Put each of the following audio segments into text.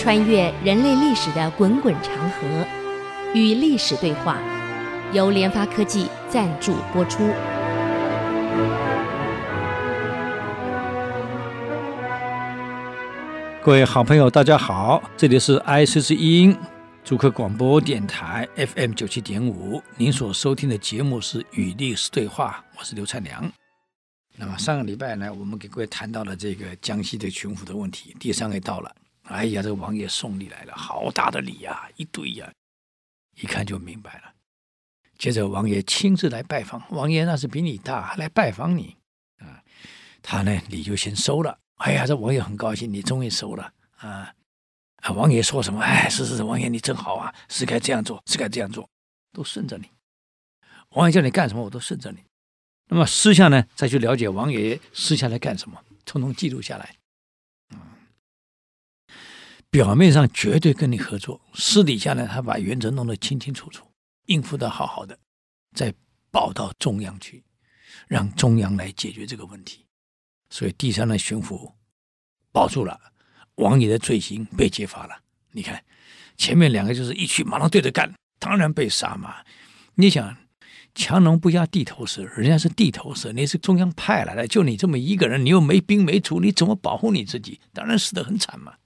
穿越人类历史的滚滚长河，与历史对话，由联发科技赞助播出。 各位好朋友大家好，这里是 IC 之音竹科广播电台 FM 97.5，您所收听的节目是与历史对话，我是刘灿良。那么上个礼拜呢，我们给各位谈到了这个江西的巡抚的问题，第三个到了，哎呀，这个王爷送礼来了，好大的礼啊，一堆啊，一看就明白了。接着王爷亲自来拜访，王爷那是比你大，还来拜访你啊，他呢礼就先收了。哎呀，这王爷很高兴，你终于收了啊！王爷说什么？哎，是，王爷你真好啊，是该这样做，是该这样做，都顺着你。王爷叫你干什么，我都顺着你。那么私下呢，再去了解王爷私下来干什么，统统记录下来。表面上绝对跟你合作，私底下呢，他把原则弄得清清楚楚，应付得好好的，再报到中央去，让中央来解决这个问题。所以第三任巡抚保住了，王爷的罪行被揭发了。你看前面两个就是一去马上对着干，当然被杀嘛。你想强龙不压地头蛇，人家是地头蛇，你是中央派来的，就你这么一个人，你又没兵没卒，你怎么保护你自己？当然死得很惨嘛。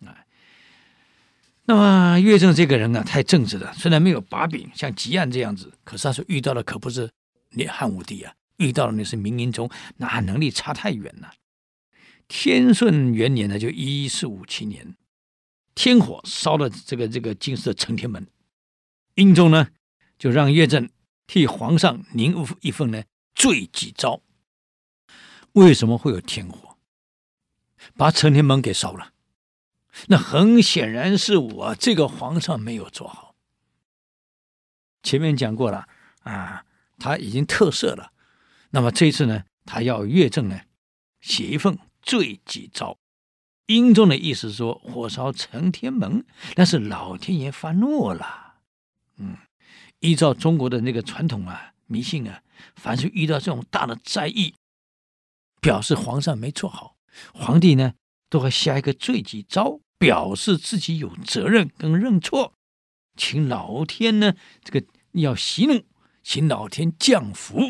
那么岳正这个人啊，太正直了，虽然没有把柄像吉安这样子，可是他所遇到的可不是你汉武帝啊，遇到的那是明英宗，那能力差太远了。天顺元年呢，就1457年，天火烧了这个京师的承天门，英宗呢就让岳正替皇上拟一份呢罪己诏。为什么会有天火？把承天门给烧了，那很显然是我这个皇上没有做好。前面讲过了啊，他已经特赦了。那么这次呢，他要岳正呢写一份罪己诏。英宗的意思是说，火烧承天门，那是老天爷发怒了。依照中国的那个传统啊、迷信啊，凡是遇到这种大的灾异，表示皇上没做好，皇帝呢都会下一个罪己诏，表示自己有责任跟认错，请老天呢这个要息怒，请老天降福。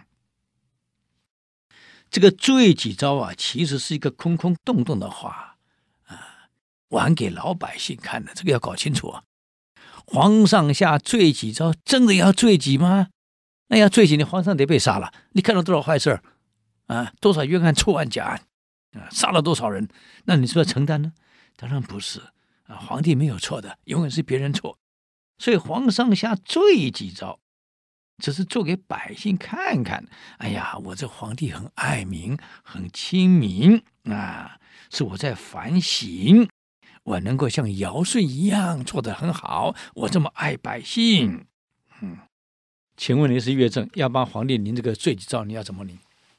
这个罪己诏啊，其实是一个空空洞洞的话啊，玩给老百姓看的，这个要搞清楚啊。皇上下罪己诏，真的要罪己吗？那要罪己，你皇上得被杀了。你看到多少坏事啊？多少冤案、错案、假案啊？杀了多少人？那你是不是要承担呢？当然不是啊，皇帝没有错的，永远是别人错。所以皇上下罪己诏，只是做给百姓看看。哎呀，我这皇帝很爱民，很亲民啊，是我在反省，我能够像尧舜一样做得很好，我这么爱百姓。请问你是岳正，要帮皇帝拟这个罪己诏，你要怎么拟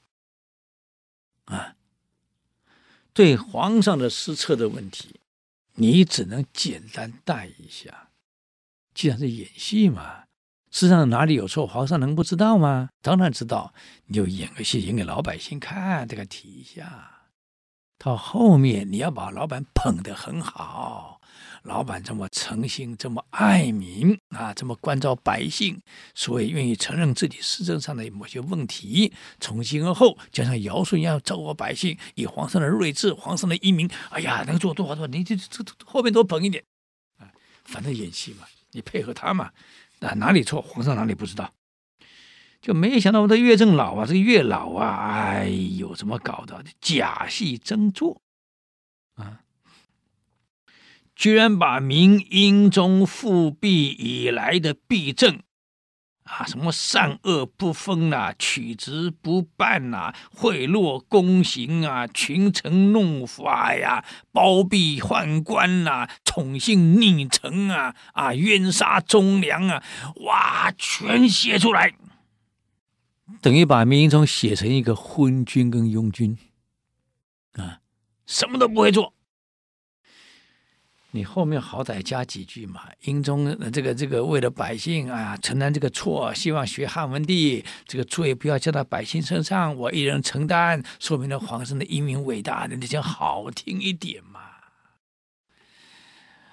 啊？对皇上的失策的问题，你只能简单带一下，既然是演戏嘛，事实上哪里有错，皇上能不知道吗？当然知道，你就演个戏，演给老百姓看，这个提一下。到后面你要把老板捧得很好，老板这么诚心，这么爱民啊，这么关照百姓，所以愿意承认自己施政上的某些问题，从今而后加上尧舜一样照顾百姓，以皇上的睿智，皇上的英明，哎呀，能做多少多少，你这后面多捧一点啊，反正演戏嘛，你配合他嘛，哪里错，皇上哪里不知道。就没想到我的岳正老啊，这个岳老啊，哎呦，怎么搞的？假戏真做啊！居然把明英宗复辟以来的弊政啊，什么善恶不分啊，取职不办啊，贿赂公行啊，群臣弄法呀，包庇宦官啊，宠幸逆臣啊，冤杀忠良啊，哇，全写出来。等于把明英宗写成一个昏君跟庸君啊，什么都不会做。你后面好歹加几句嘛，英宗这个为了百姓啊，承担这个错，希望学汉文帝，这个罪不要交到百姓身上，我一人承担，说明了皇上的英明伟大，你讲好听一点嘛。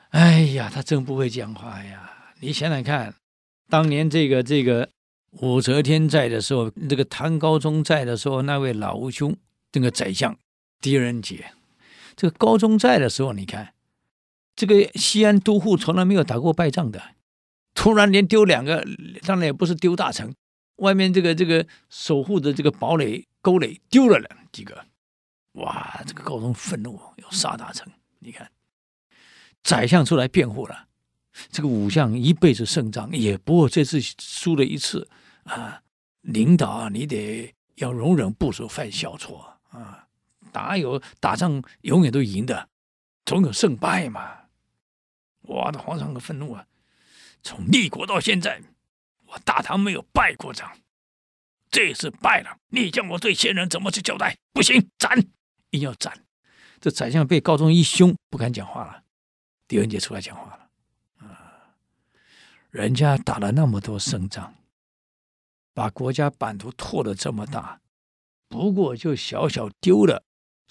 哎呀，他真不会讲话呀！你想想看，当年这个武则天在的时候，这个唐高宗在的时候，那位老兄，这个宰相狄仁杰，这个高宗在的时候，你看这个西安都护从来没有打过败仗的，突然连丢2个，当然也不是丢大城，外面这个守护的这个堡垒沟垒丢了几个，哇！这个高宗愤怒，要杀大城。你看，宰相出来辩护了，这个武将一辈子胜仗，也不过这次输了一次啊！领导啊，你得要容忍部属犯小错啊！哪有打仗永远都赢的，总有胜败嘛！哇，的皇上很愤怒啊！从立国到现在，我大唐没有败过仗，这次败了，你叫我对先人怎么去交代？不行，斩！硬要斩。这宰相被高宗一凶，不敢讲话了。狄仁杰出来讲话了，人家打了那么多胜仗，把国家版图拓得这么大，不过就小小丢了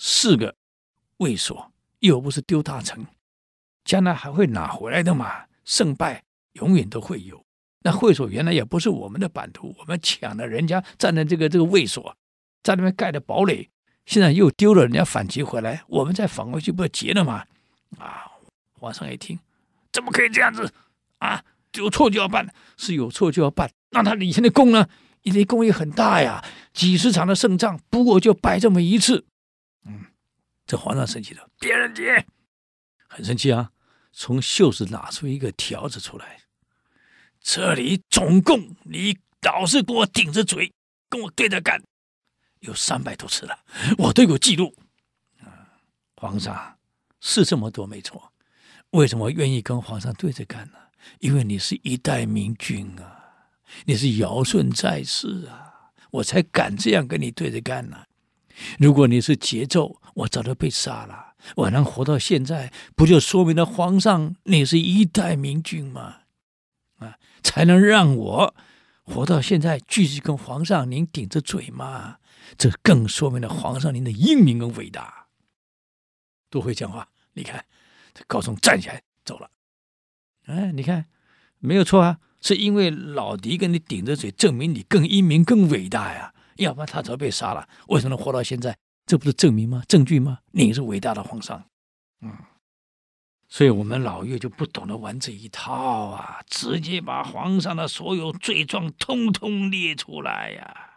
4个卫所，又不是丢大城，将来还会拿回来的嘛？胜败永远都会有。那会所原来也不是我们的版图，我们抢了人家占了这个卫所，在那边盖的堡垒，现在又丢了，人家反击回来，我们再返回去不就结了吗？啊！皇上一听，怎么可以这样子啊？有错就要办，是有错就要办。那他以前的功呢？以前功也很大呀，几十场的胜仗，不过就败这么一次。这皇上生气了，狄仁杰很生气啊，从袖子拿出一个条子出来，这里总共你老是跟我顶着嘴，跟我对着干，有300多次了，我都有记录。皇上是这么多没错，为什么愿意跟皇上对着干呢？因为你是一代明君啊，你是尧舜在世啊，我才敢这样跟你对着干呢。如果你是桀纣，我早就被杀了，我能活到现在，不就说明了皇上你是一代明君吗？才能让我活到现在，继续跟皇上您顶着嘴吗？这更说明了皇上您的英明跟伟大。多会讲话，你看这高宗站起来走了。你看没有错啊，是因为老狄跟你顶着嘴，证明你更英明更伟大呀，要不然他早被杀了，为什么能活到现在？这不是证明吗？证据吗？你是伟大的皇上。所以我们老岳就不懂得玩这一套啊，直接把皇上的所有罪状通通列出来呀。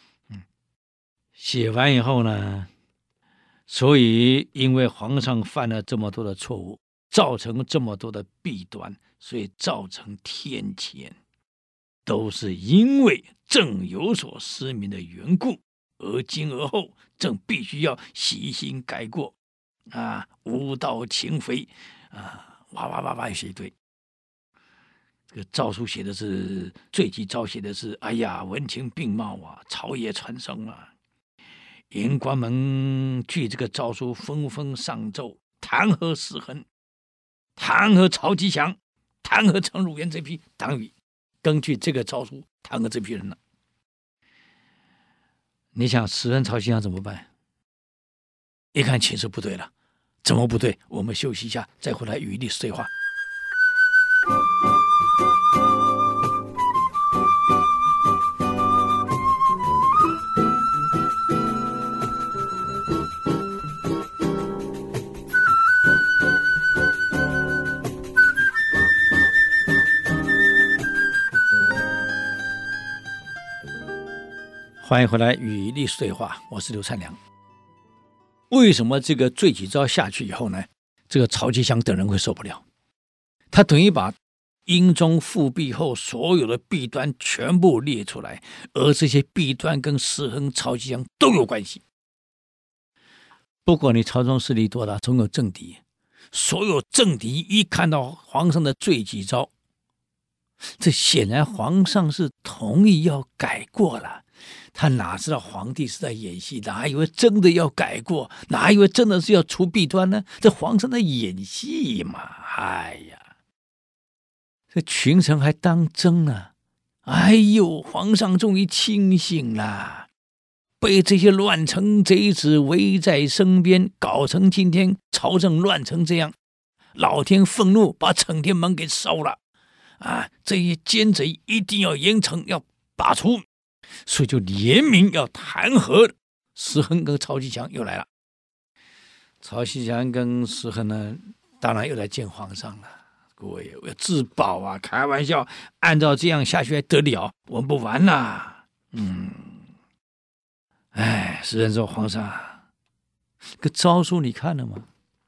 写完以后呢，所以因为皇上犯了这么多的错误，造成这么多的弊端，所以造成天谴，都是因为朕有所失明的缘故，而今而后朕必须要洗心改过啊，无道情非啊，哇哇哇哇写一堆。这个诏书写的是罪己诏，写的是哎呀，文情并茂啊，朝野传声啊。言官们据这个诏书纷纷上奏，弹劾史衡，弹劾曹吉祥，弹劾程汝元这批党羽，根据这个诏书弹劾这批人了。你想史衡、曹吉祥怎么办？一看情势不对了，怎么不对？我们休息一下，再回来与历史对话。欢迎回来与历史对话，我是刘灿良。为什么这个罪己诏下去以后呢，这个曹吉祥等人会受不了？他等于把英宗复辟后所有的弊端全部列出来，而这些弊端跟史衡、曹吉祥都有关系。不管你朝中势力多大，总有政敌，所有政敌一看到皇上的罪己诏，这显然皇上是同意要改过了。他哪知道皇帝是在演戏，哪以为真的要改过，哪以为真的是要除弊端呢？这皇上在演戏嘛！哎呀，这群臣还当真呢？哎呦，皇上终于清醒了，被这些乱臣贼子围在身边，搞成今天朝政乱成这样， 老天愤怒，把承天门给烧了啊！这些奸贼一定要严惩，要拔除，所以就联名要弹劾石亨跟曹其强又来了。曹其强跟石亨呢，当然又来见皇上了。各位，我要自保啊！开玩笑，按照这样下去还得了？我们不玩啦！石亨说：“皇上，这诏书你看了吗？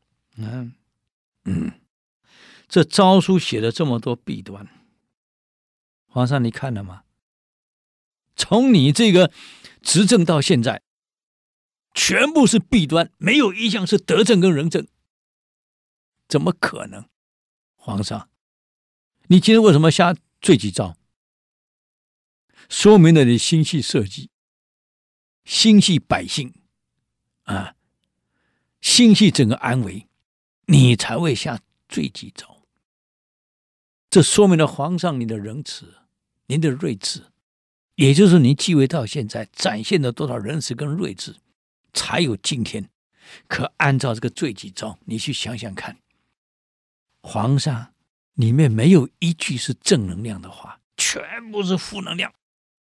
这诏书写了这么多弊端，皇上你看了吗？从你这个执政到现在，全部是弊端，没有一项是德政跟仁政，怎么可能？皇上，你今天为什么下罪己诏？说明了你心系社稷，心系百姓啊，心系整个安危，你才会下罪己诏。这说明了皇上你的仁慈，您的睿智，也就是你继位到现在展现了多少仁慈跟睿智，才有今天。可按照这个罪己诏，你去想想看，皇上里面没有一句是正能量的话，全部是负能量。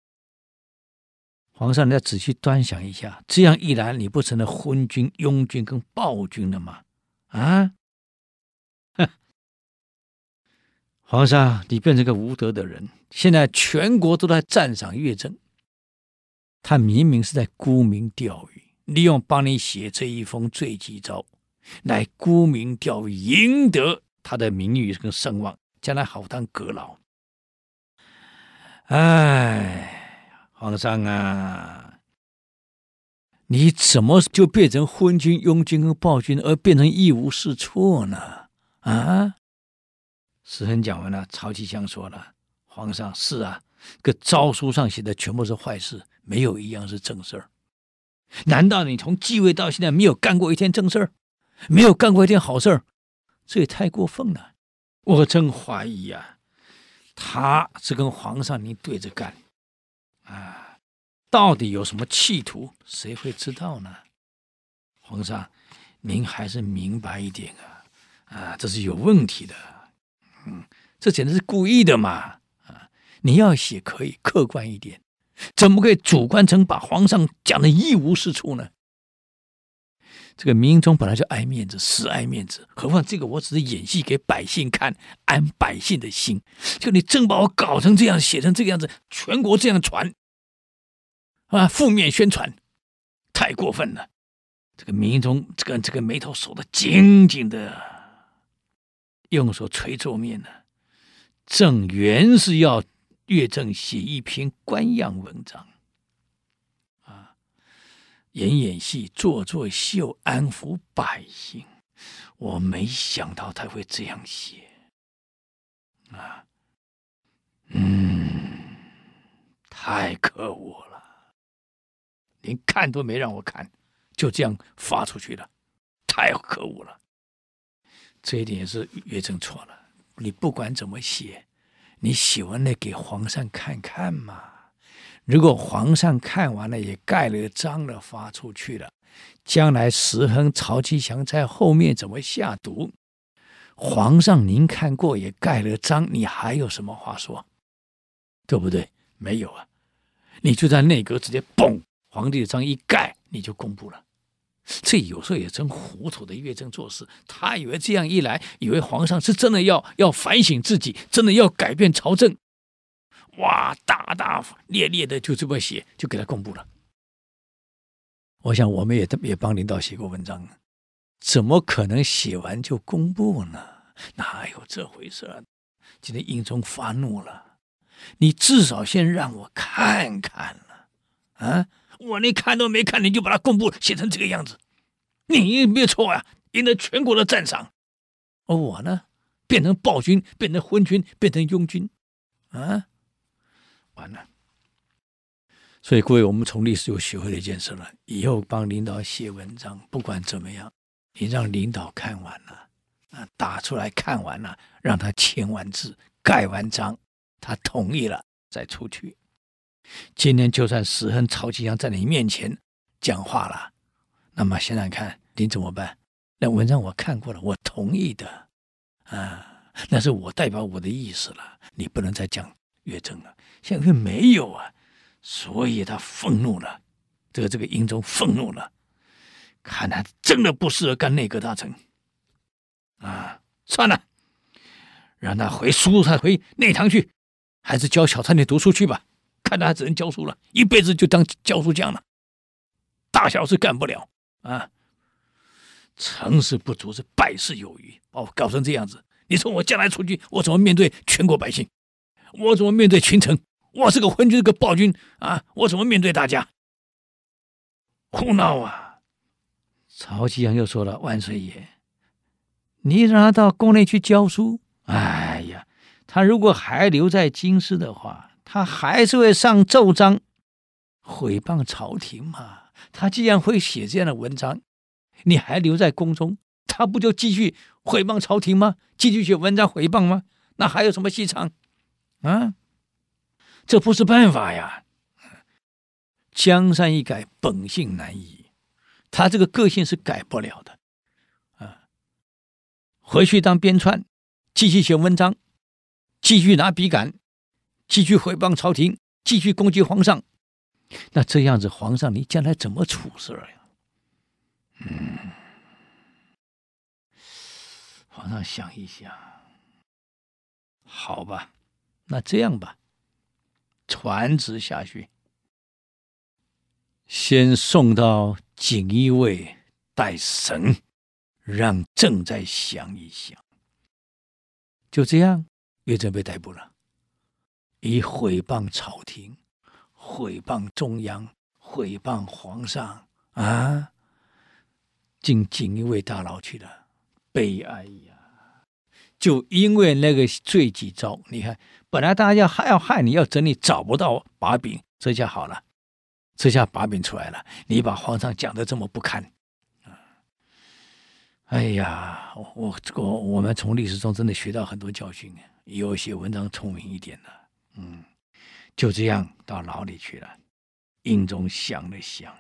皇上，你要仔细端详一下，这样一来，你不成了昏君、庸君跟暴君了吗？皇上，你变成个无德的人，现在全国都在赞赏岳正，他明明是在沽名钓誉，利用帮你写这一封罪己诏来沽名钓誉，赢得他的名誉跟声望，将来好当阁老。皇上啊，你怎么就变成昏君、庸君跟暴君，而变成一无是处呢？石亨讲完了，曹其强说了：“皇上，是啊，这个诏书上写的全部是坏事，没有一样是正事儿。难道你从继位到现在没有干过一天正事儿，没有干过一天好事儿？这也太过分了！我真怀疑啊，他是跟皇上您对着干啊，到底有什么企图？谁会知道呢？皇上，您还是明白一点啊！这是有问题的。这简直是故意的嘛！你要写可以客观一点，怎么可以主观成把皇上讲的一无是处呢？这个明宗本来就爱面子，死爱面子，何况这个我只是演戏给百姓看，安百姓的心。就你真把我搞成这样，写成这个样子，全国这样传负面宣传，太过分了。这个明宗这个眉头锁得紧紧的。用手捶桌面呢，正原是要岳正写一篇官样文章演戏做秀，安抚百姓。我没想到他会这样写太可恶了，连看都没让我看，就这样发出去了，太可恶了。这一点也是岳正错了，你不管怎么写，你写完了给皇上看看嘛。如果皇上看完了也盖了章了发出去了，将来石亨、曹其强在后面怎么下毒，皇上您看过也盖了章，你还有什么话说？对不对？没有啊，你就在内阁直接嘣，皇帝的章一盖你就公布了。这有时候也真糊涂的岳正做事，他以为这样一来，以为皇上是真的要反省自己，真的要改变朝政，哇，大大咧咧的就这么写，就给他公布了。我想我们也帮领导写过文章，怎么可能写完就公布呢？哪有这回事啊？今天英宗发怒了，你至少先让我看看了我连看都没看，你就把它公布写成这个样子，你没有错啊，赢得全国的赞赏。而我呢，变成暴君，变成昏君，变成庸君完了。所以各位，我们从历史又学会了一件事了，以后帮领导写文章，不管怎么样，你让领导看完了打出来看完了，让他签完字盖完章，他同意了再出去。今天就算石亨、曹其强在你面前讲话了，那么想想看，你怎么办？那文章我看过了，我同意的， 那是我代表我的意思了，你不能再讲岳正了。现在没有啊，所以他愤怒了，这个英宗愤怒了，看他真的不适合干内阁大臣算了，让他回内堂去，还是教小太监读书去吧，看他只能教书了，一辈子就当教书匠了，大小事干不了成事不足是败事有余，把我搞成这样子，你说我将来出去，我怎么面对全国百姓？我怎么面对群臣？我是个昏君，是个暴君我怎么面对大家？胡闹啊！曹吉阳又说了：“万岁爷，你让他到宫内去教书，哎呀，他如果还留在京师的话，他还是会上奏章毁谤朝廷嘛。他既然会写这样的文章，你还留在宫中，他不就继续毁谤朝廷吗？继续写文章毁谤吗？那还有什么戏唱这不是办法呀！江山易改，本性难移，他这个个性是改不了的回去当编串，继续写文章，继续拿笔杆，继续毁谤朝廷，继续攻击皇上，那这样子皇上你将来怎么处事呀？皇上想一想，好吧，那这样吧，传旨下去，先送到锦衣卫待审，让朕再想一想。就这样，岳正被逮捕了，以毁谤朝廷、毁谤中央、毁谤皇上进锦衣卫大牢去了。悲哀呀！就因为那个罪己诏，你看，本来大家还要害你，要整你，找不到把柄，这下好了，这下把柄出来了，你把皇上讲得这么不堪哎呀，我们从历史中真的学到很多教训，有写文章聪明一点的，就这样到牢里去了。英宗想了想，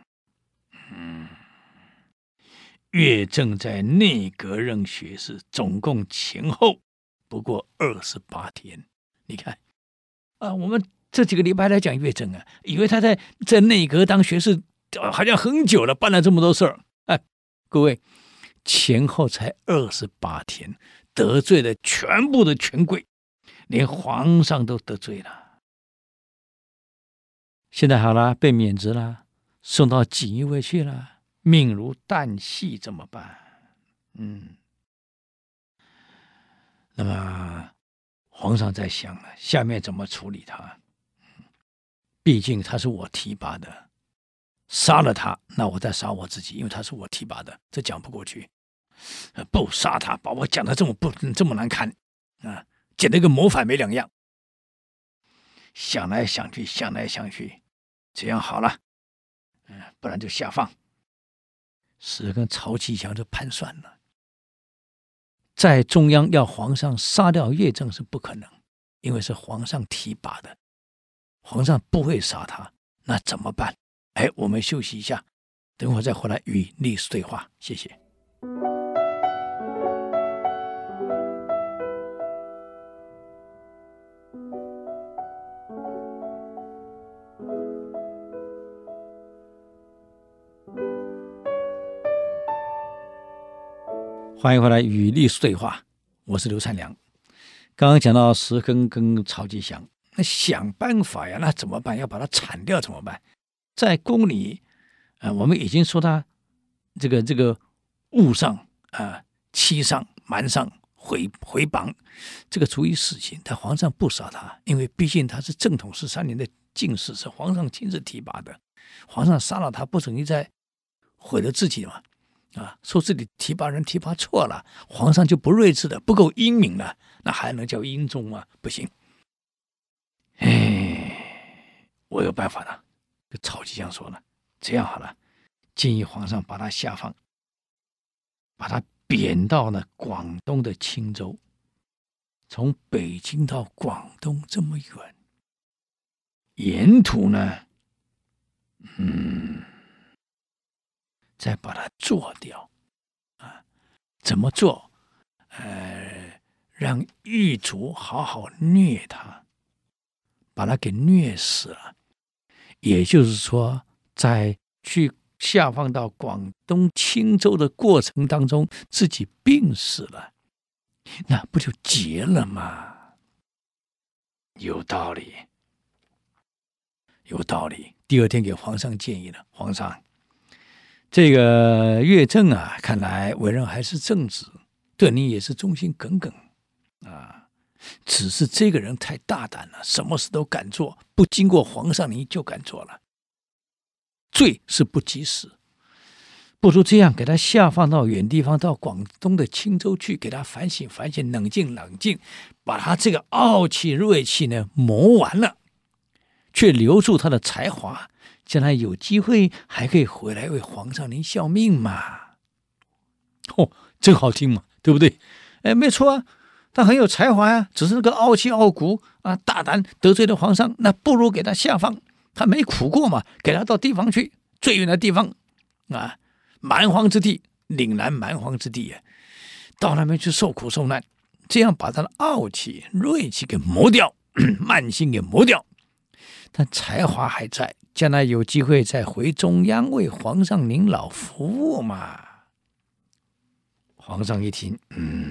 岳正在内阁任学士，总共前后不过28天。你看我们这几个礼拜来讲岳正以为他在内阁当学士好像很久了，办了这么多事儿。各位，前后才28天，得罪了全部的权贵，连皇上都得罪了。现在好了，被免职了，送到锦衣卫去了，命如旦夕，怎么办？那么皇上在想了，下面怎么处理他？毕竟他是我提拔的，杀了他，那我再杀我自己，因为他是我提拔的，这讲不过去。不杀他，把我讲的这么难堪简直跟谋反没两样。想来想去，这样好了，不然就下放。是跟曹吉祥就盘算了，在中央要皇上杀掉岳正是不可能，因为是皇上提拔的，皇上不会杀他，那怎么办？我们休息一下，等会再回来与历史对话，谢谢。欢迎回来与历史对话，我是刘灿良。刚刚讲到石亨跟曹吉祥，那想办法呀，那怎么办？要把他铲掉怎么办？在宫里我们已经说他这个误上欺上瞒上毁谤，这个足以死刑，但皇上不杀他，因为毕竟他是正统13年的进士，是皇上亲自提拔的，皇上杀了他，不等于在毁了自己嘛？说自己提拔人提拔错了，皇上就不睿智了，不够英明了，那还能叫英宗吗？不行。我有办法了，跟曹吉祥说了，这样好了，建议皇上把他下放，把他贬到了广东的青州，从北京到广东这么远，沿途呢再把它做掉怎么做？ 让狱卒好好虐他，把他给虐死了。也就是说，在去下放到广东钦州的过程当中，自己病死了，那不就结了吗？有道理，有道理。第二天给皇上建议了，皇上，这个岳正啊，看来为人还是正直，对你也是忠心耿耿啊。只是这个人太大胆了，什么事都敢做，不经过皇上你就敢做了，罪是不及时。不如这样，给他下放到远地方，到广东的钦州去，给他反省反省，冷静冷静，把他这个傲气锐气呢磨完了，却留住他的才华，将来有机会还可以回来为皇上您效命嘛。哦，真好听嘛，对不对？哎，没错啊，他很有才华呀，只是个傲气傲骨啊，大胆得罪了皇上，那不如给他下放，他没苦过嘛，给他到地方去，最远的地方啊，蛮荒之地，岭南蛮荒之地啊，到那边去受苦受难，这样把他的傲气锐气给磨掉，慢性给磨掉，但才华还在，将来有机会再回中央为皇上您老服务嘛。皇上一听，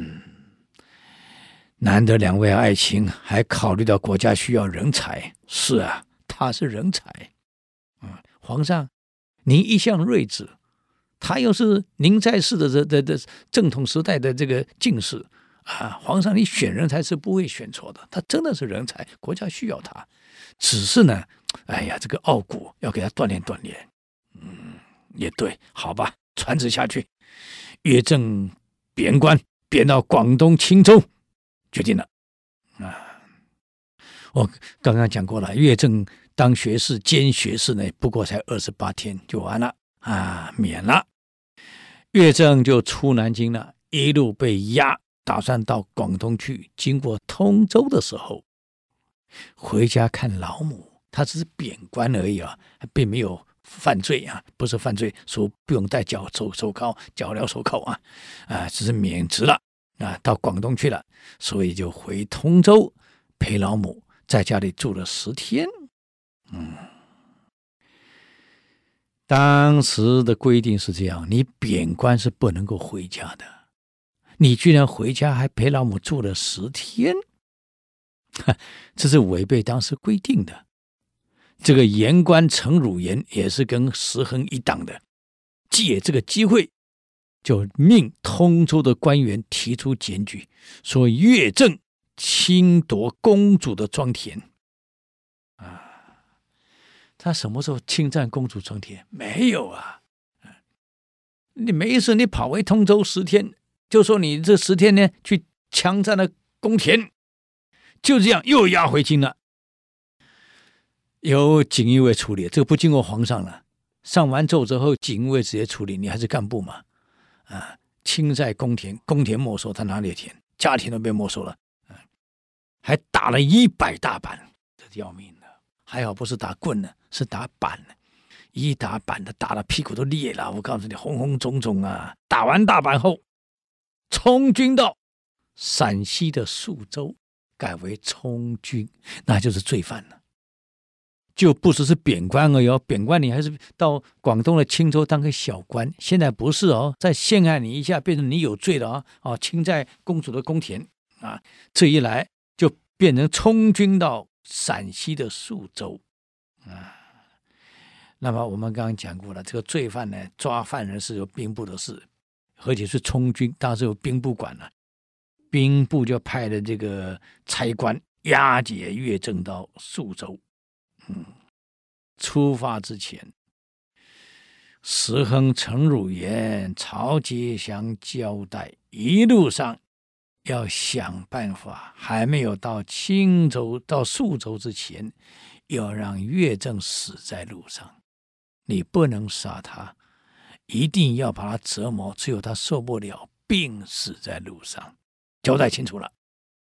难得两位爱卿还考虑到国家需要人才。是啊，他是人才。皇上，您一向睿智，他又是您在世的正统时代的这个进士啊，皇上你选人才是不会选错的，他真的是人才，国家需要他。只是呢，哎呀，这个傲骨要给他锻炼锻炼。也对，好吧，传旨下去，岳正贬官，贬到广东钦州，决定了。我刚刚讲过了，岳正当学士兼学士呢，不过才28天就完了啊，免了。岳正就出南京了，一路被押，打算到广东去。经过通州的时候，回家看老母，他只是贬官而已啊，并没有犯罪啊，不是犯罪，说不用戴脚镣手铐啊，只是免职了啊，到广东去了，所以就回通州陪老母，在家里住了10天。当时的规定是这样，你贬官是不能够回家的，你居然回家还陪老母住了10天，这是违背当时规定的。这个言官陈汝言也是跟石亨一党的，借这个机会就命通州的官员提出检举，说岳正侵夺公主的庄田他什么时候侵占公主庄田？没有啊！你没事，你跑回通州10天，就说你这10天呢去强占了公田，就这样又押回京了。由锦衣卫处理，这个不经过皇上了。上完奏之后，锦衣卫直接处理，你还是干部嘛？侵占公田，公田没收，他哪里有田？家庭都被没收了，还打了100大板，这要命的。还好不是打棍呢，是打板呢。一打板的，打了屁股都裂了。我告诉你，红红肿肿啊！打完大板后，充军到陕西的宿州，改为充军，那就是罪犯了。就不只是贬官而已哦，贬官你还是到广东的钦州当个小官，现在不是哦，再陷害你一下，变成你有罪了侵占公主的公田啊，这一来就变成充军到陕西的宿州那么我们刚刚讲过了，这个罪犯呢，抓犯人是由兵部的事，而且是充军，当时由兵部管了，兵部就派了这个差官押解岳正到宿州。出发之前，石亨、陈汝言、曹节祥交代，一路上要想办法，还没有到钦州、到宿州之前，要让岳正死在路上。你不能杀他，一定要把他折磨，只有他受不了，病死在路上。交代清楚了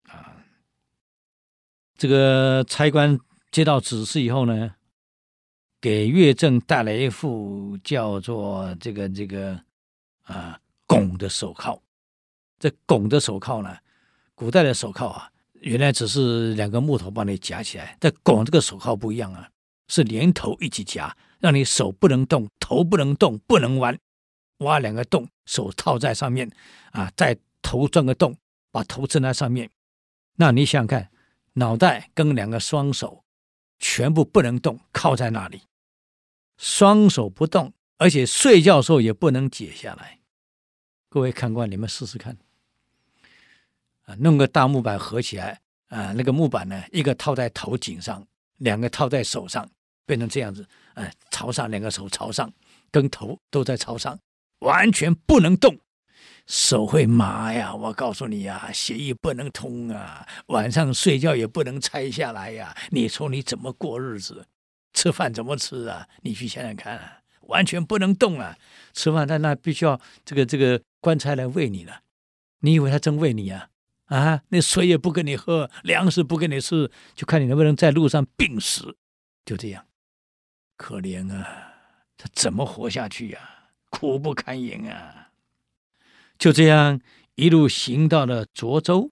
这个差官接到指示以后呢，给岳正带来一副叫做这个汞的手铐。这汞的手铐呢， 古代的手铐啊，原来只是2个木头把你夹起来，但拱这个手铐不一样啊，是连头一起夹，让你手不能动，头不能动，不能弯，挖2个洞，手套在上面啊，在头钻个洞，把头枕在上面。那你想想看，脑袋跟2个双手全部不能动，靠在那里，双手不动，而且睡觉的时候也不能解下来。各位看官，你们试试看弄个大木板合起来那个木板呢，一个套在头颈上，2个套在手上，变成这样子朝上，2个手朝上，跟头都在朝上，完全不能动，手会麻呀，我告诉你啊，血液不能通啊，晚上睡觉也不能拆下来呀，你说你怎么过日子？吃饭怎么吃啊？你去想想看啊，完全不能动啊！吃饭在那必须要这个官差来喂你了，你以为他真喂你啊？那水也不跟你喝，粮食不跟你吃，就看你能不能在路上病死。就这样，可怜啊，他怎么活下去啊？苦不堪言啊！就这样一路行到了涿州，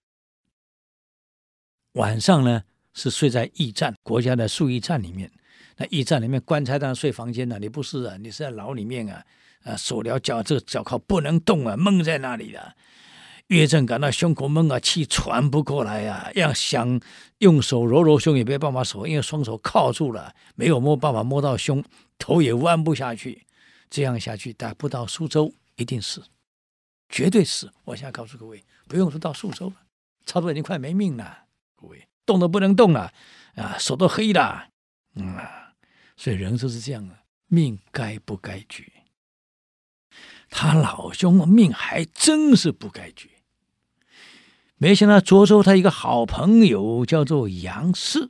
晚上呢是睡在驿站，国家的戍驿站里面。那驿站里面官差当然睡房间了，你不是啊，你是在牢里面手镣脚这个脚铐不能动啊，蒙在那里了。岳正感到胸口闷啊，气喘不过来啊，要想用手揉胸也没办法手，因为双手铐住了，没有办法摸到胸，头也弯不下去。这样下去打不到苏州一定死，绝对死。我现在告诉各位，不用说到苏州了，差不多已经快没命了，各位动都不能动了手都黑了所以人就是这样的，命该不该绝？他老兄命还真是不该绝。没想到涿州他一个好朋友叫做杨氏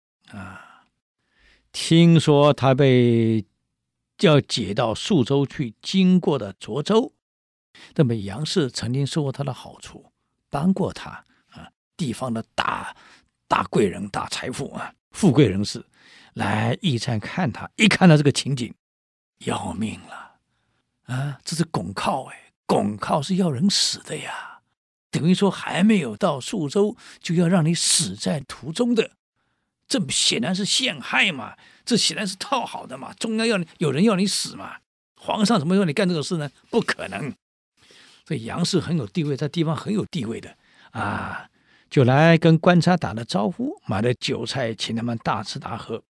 听说他被要解到宿州去，经过的涿州，那么杨氏曾经受过他的好处，帮过他地方的大贵人、大财富富贵人士来驿站看他，一看到这个情景，要命了这是拱铐拱铐是要人死的呀，等于说还没有到宿州就要让你死在途中的，这显然是陷害嘛，这显然是套好的嘛，中央有人要你死嘛，皇上怎么让你干这个事呢？不可能。所以杨氏很有地位，在地方很有地位的就来跟官差打了招呼，买了酒菜，请他们大吃大喝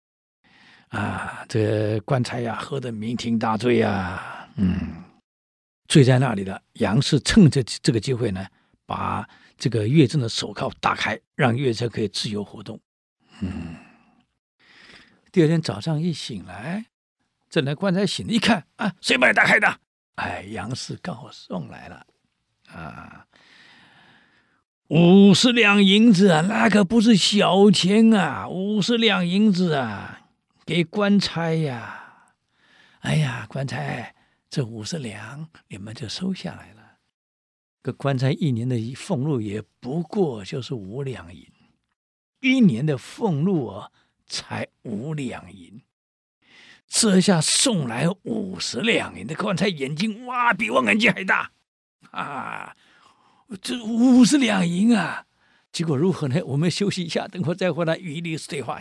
这官差喝得酩酊大醉醉在那里了。杨氏趁着这个机会呢，把这个岳正的手铐打开，让岳正可以自由活动第二天早上一醒来，这来官差醒了，一看谁把你打开的？杨氏刚好送来了50两银子那可不是小钱50两银子给官差呀。哎呀，官差，这50两你们就收下来了。个官差1年的俸禄也不过就是5两银，1年的俸禄才5两银，这下送来50两银的官差眼睛比我眼睛还大这50两银结果如何呢？我们休息一下，等会再回来与历史对话。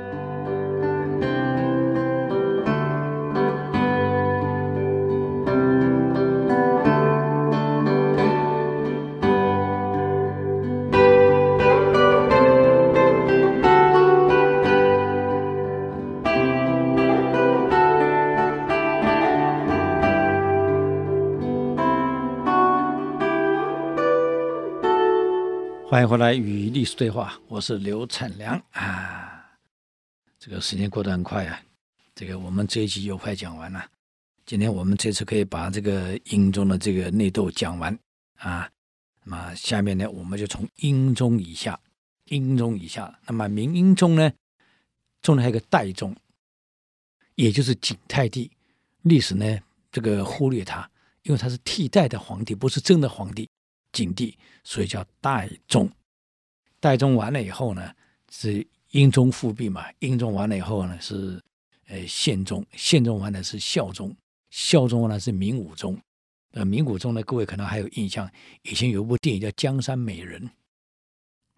欢迎回来与历史对话，我是刘灿良这个时间过得很快这个我们这一集又快讲完了。今天我们这次可以把这个英宗的这个内斗讲完那么下面呢，我们就从英宗以下，那么明英宗呢，中间还有一个代宗，也就是景泰帝。历史呢这个忽略他，因为他是替代的皇帝，不是真的皇帝景帝，所以叫代宗。代宗完了以后呢，是英宗复辟嘛，英宗完了以后呢是宪宗，宪宗完了是孝宗，孝宗完了是明武宗。明武宗呢，各位可能还有印象，以前有一部电影叫《江山美人》，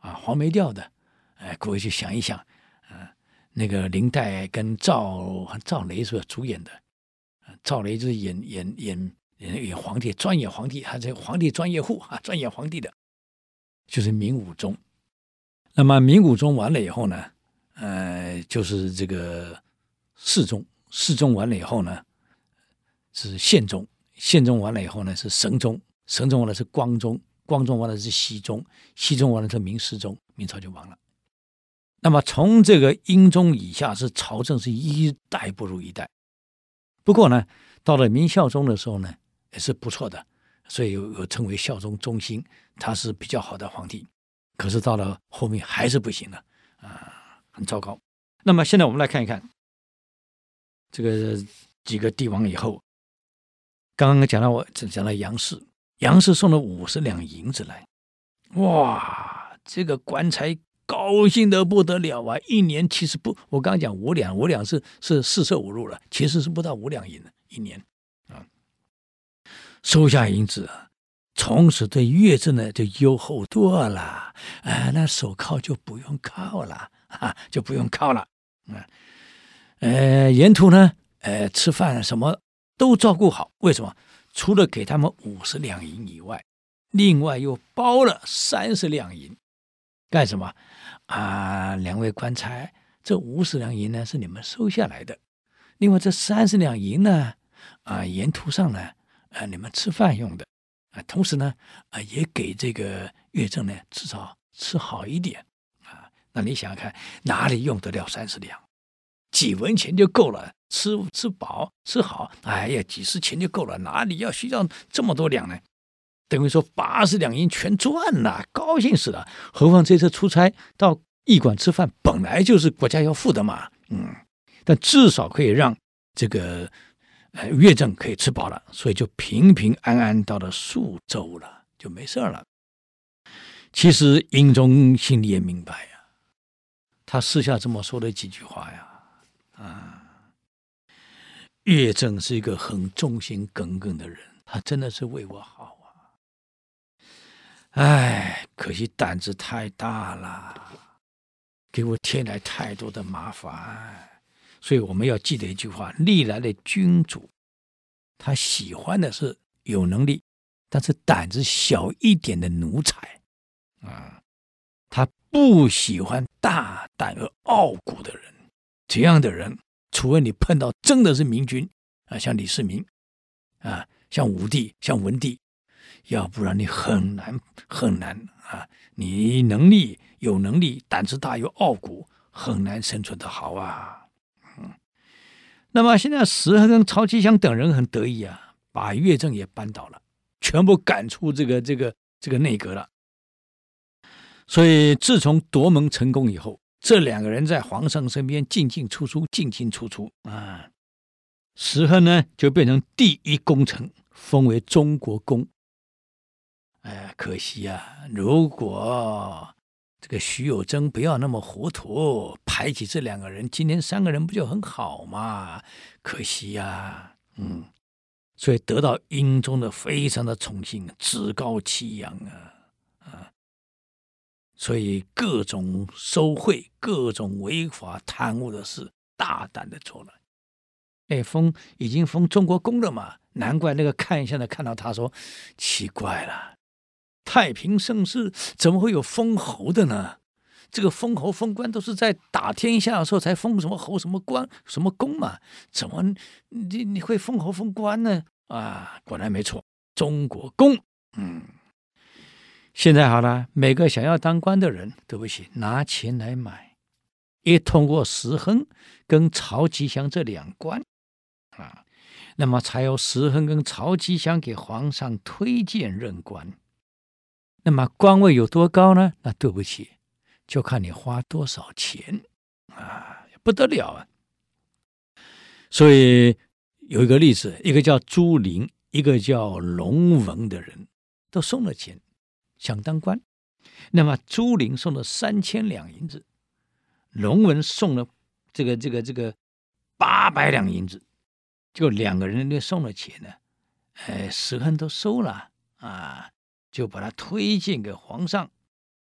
黄梅调的，各位去想一想，那个林黛跟赵雷是主演的，赵雷就是演皇帝，专演皇帝，他这皇帝专业户专演皇帝的，就是明武宗。那么明武宗完了以后呢，就是这个世宗完了以后呢是宪宗，宪宗完了以后呢是神宗，神宗完了是光宗，光宗完了是熹宗，熹宗完了是明世宗，明朝就亡了。那么从这个英宗以下是朝政是一代不如一代，不过呢到了明孝宗的时候呢也是不错的，所以有称为孝宗中兴，他是比较好的皇帝。可是到了后面还是不行了很糟糕。那么现在我们来看一看这个几个帝王以后，刚刚讲到杨氏，杨氏送了50两银子来，哇，这个官差高兴得不得了啊！一年其实不，我刚刚讲5两，5两是四舍五入了，其实是不到5两银一年收下银子从此对乐政呢就优厚多了那手铐就不用铐了就不用铐了沿途呢吃饭什么都照顾好。为什么？除了给他们50两银以外，另外又包了30两银。干什么两位官差，这50两银呢是你们收下来的，另外这30两银呢沿途上呢你们吃饭用的同时呢也给这个乐政呢至少吃好一点那你想想看，哪里用得了30两？几文钱就够了，吃饱吃好，哎呀，几十钱就够了，哪里需要这么多两呢？等于说80两银全赚了，高兴死了。何况这次出差到驿馆吃饭，本来就是国家要付的嘛，但至少可以让这个乐政可以吃饱了，所以就平平安安到了宿州了，就没事了。其实英宗心里也明白他私下这么说了几句话乐政是一个很忠心耿耿的人，他真的是为我好可惜胆子太大了，给我添来太多的麻烦。所以我们要记得一句话，历来的君主他喜欢的是有能力但是胆子小一点的奴才他不喜欢大胆而傲骨的人。这样的人除非你碰到真的是明君像李世民像武帝像文帝，要不然你很难你有能力胆子大又傲骨，很难生存得好那么现在石亨跟曹吉祥等人很得意把乐政也扳倒了，全部赶出这个内阁了。所以自从夺门成功以后，这两个人在皇上身边进进出出石亨呢就变成第一功臣，封为中国公。可惜如果这个徐有贞不要那么糊涂，排挤这两个人，今天3个人不就很好吗？可惜所以得到英宗的非常的宠幸，趾高气扬所以各种收贿各种违法贪污的事大胆的做了。已经封中国公了嘛，难怪那个看相的看到他说奇怪了，太平盛世怎么会有封侯的呢？这个封侯封官都是在打天下的时候才封什么侯什么官什么公嘛，怎么你会封侯封官呢？果然没错，中国公。现在好了，每个想要当官的人，对不起，拿钱来买，也通过石亨跟曹吉祥这2官那么才由石亨跟曹吉祥给皇上推荐任官。那么官位有多高呢？那对不起，就看你花多少钱不得了所以有一个例子，一个叫朱灵，一个叫龙文的人，都送了钱想当官。那么朱灵送了3000两银子，龙文送了这个800两银子，就2个人就送了钱呢，石亨都收了就把他推荐给皇上。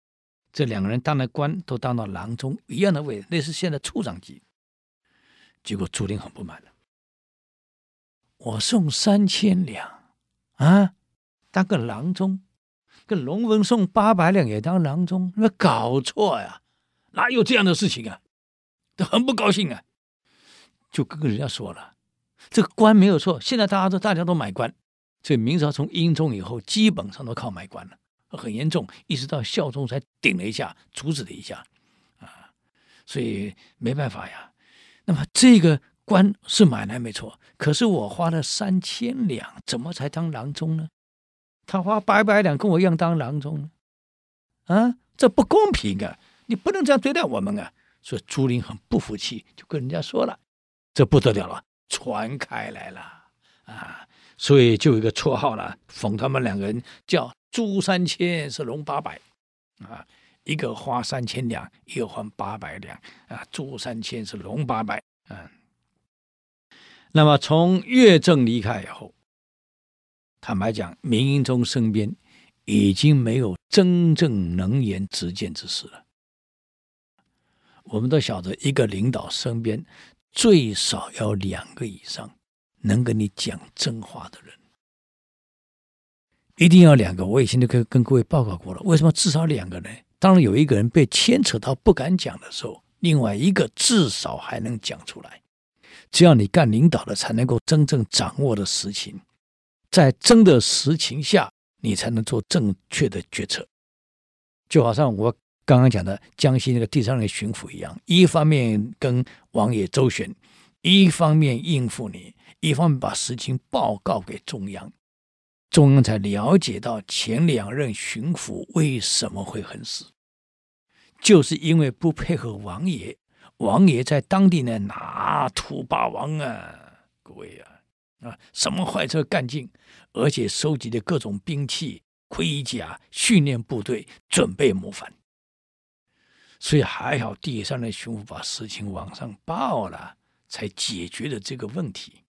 这两个人当了官，都当到郎中一样的位置，类似现在处长级。结果朱林很不满了，我送3000两啊，当个郎中，跟龙文送800两也当郎中，那搞错呀，哪有这样的事情啊？都很不高兴啊，就跟人家说了，这个官没有错，现在大家都买官，所以明朝从英宗以后，基本上都靠买官了，很严重，一直到孝宗才顶了一下，阻止了一下啊，所以没办法呀。那么这个官是买来没错，可是我花了3000两，怎么才当郎中呢？他花800两跟我一样当郎中呢？啊，这不公平啊！你不能这样对待我们啊！所以朱林很不服气，就跟人家说了，这不得了了，传开来了啊！所以就有一个绰号了，封他们两个人叫朱3000是龙800啊，一个花3000两，一个花800两啊，朱3000是龙800啊。那么从岳正离开以后，坦白讲，明英宗身边已经没有真正能言直谏之士了。我们都晓得，一个领导身边最少要2个以上能跟你讲真话的人，一定要2个。我以前就跟各位报告过了，为什么至少2个呢？当然有一个人被牵扯到不敢讲的时候，另外一个至少还能讲出来。只要你干领导的，才能够真正掌握的实情，在真的实情下，你才能做正确的决策。就好像我刚刚讲的江西那个第3任巡抚一样，一方面跟王爷周旋，一方面应付你，一方面把实情报告给中央，中央才了解到前2任巡抚为什么会横死，就是因为不配合王爷。王爷在当地呢拿土霸王啊，各位啊，什么坏事干尽，而且收集的各种兵器、盔甲，训练部队，准备谋反。所以还好第3任巡抚把事情往上报了，才解决了这个问题。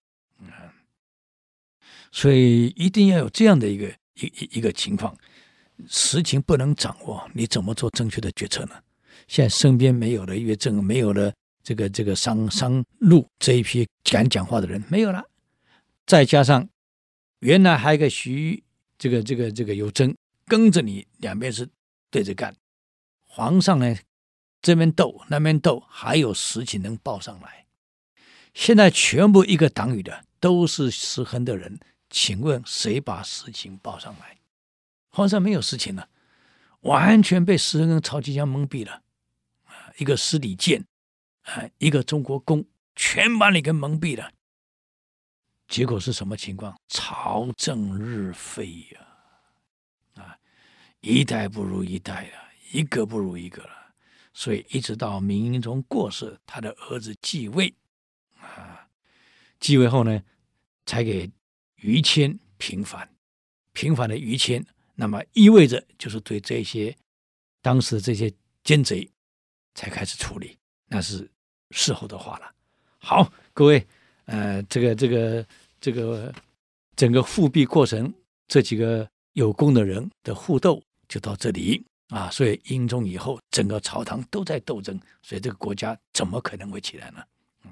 所以一定要有这样的一个情况，实情不能掌握，你怎么做正确的决策呢？现在身边没有了岳正，没有了这个商路这一批敢讲话的人，没有了。再加上原来还有一个这个有真跟着你，两边是对着干。皇上呢这边斗那边斗，还有实情能报上来。现在全部一个党羽的都是失衡的人，请问谁把实情报上来？皇上没有实情了，完全被石亨跟曹吉祥蒙蔽了。一个司礼监，一个中国公，全把你给蒙蔽了。结果是什么情况？朝政日废呀！一代不如一代了，一个不如一个了。所以一直到明英宗过世，他的儿子继位，继位后呢，才给于谦平反。平反的于谦，那么意味着就是对这些当时的这些奸贼才开始处理，那是事后的话了。好，各位，这个整个复辟过程，这几个有功的人的互斗就到这里啊。所以英宗以后，整个朝堂都在斗争，所以这个国家怎么可能会起来呢？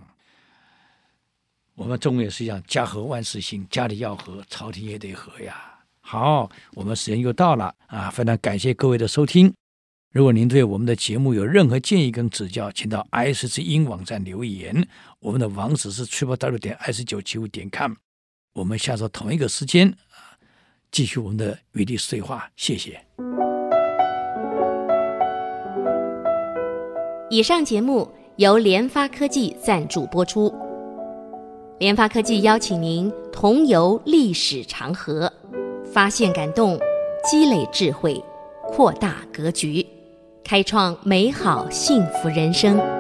我们中国也是一样，家和万事兴，家里要和，朝廷也得和呀。好，我们时间又到了啊，非常感谢各位的收听。如果您对我们的节目有任何建议跟指教，请到 IC 之音网站留言，我们的网址是 www.ic975.com。 我们下周同一个时间继续我们的与历史对话，谢谢。 以上节目由联发科技赞助播出。联发科技邀请您同游历史长河，发现感动，积累智慧，扩大格局，开创美好幸福人生。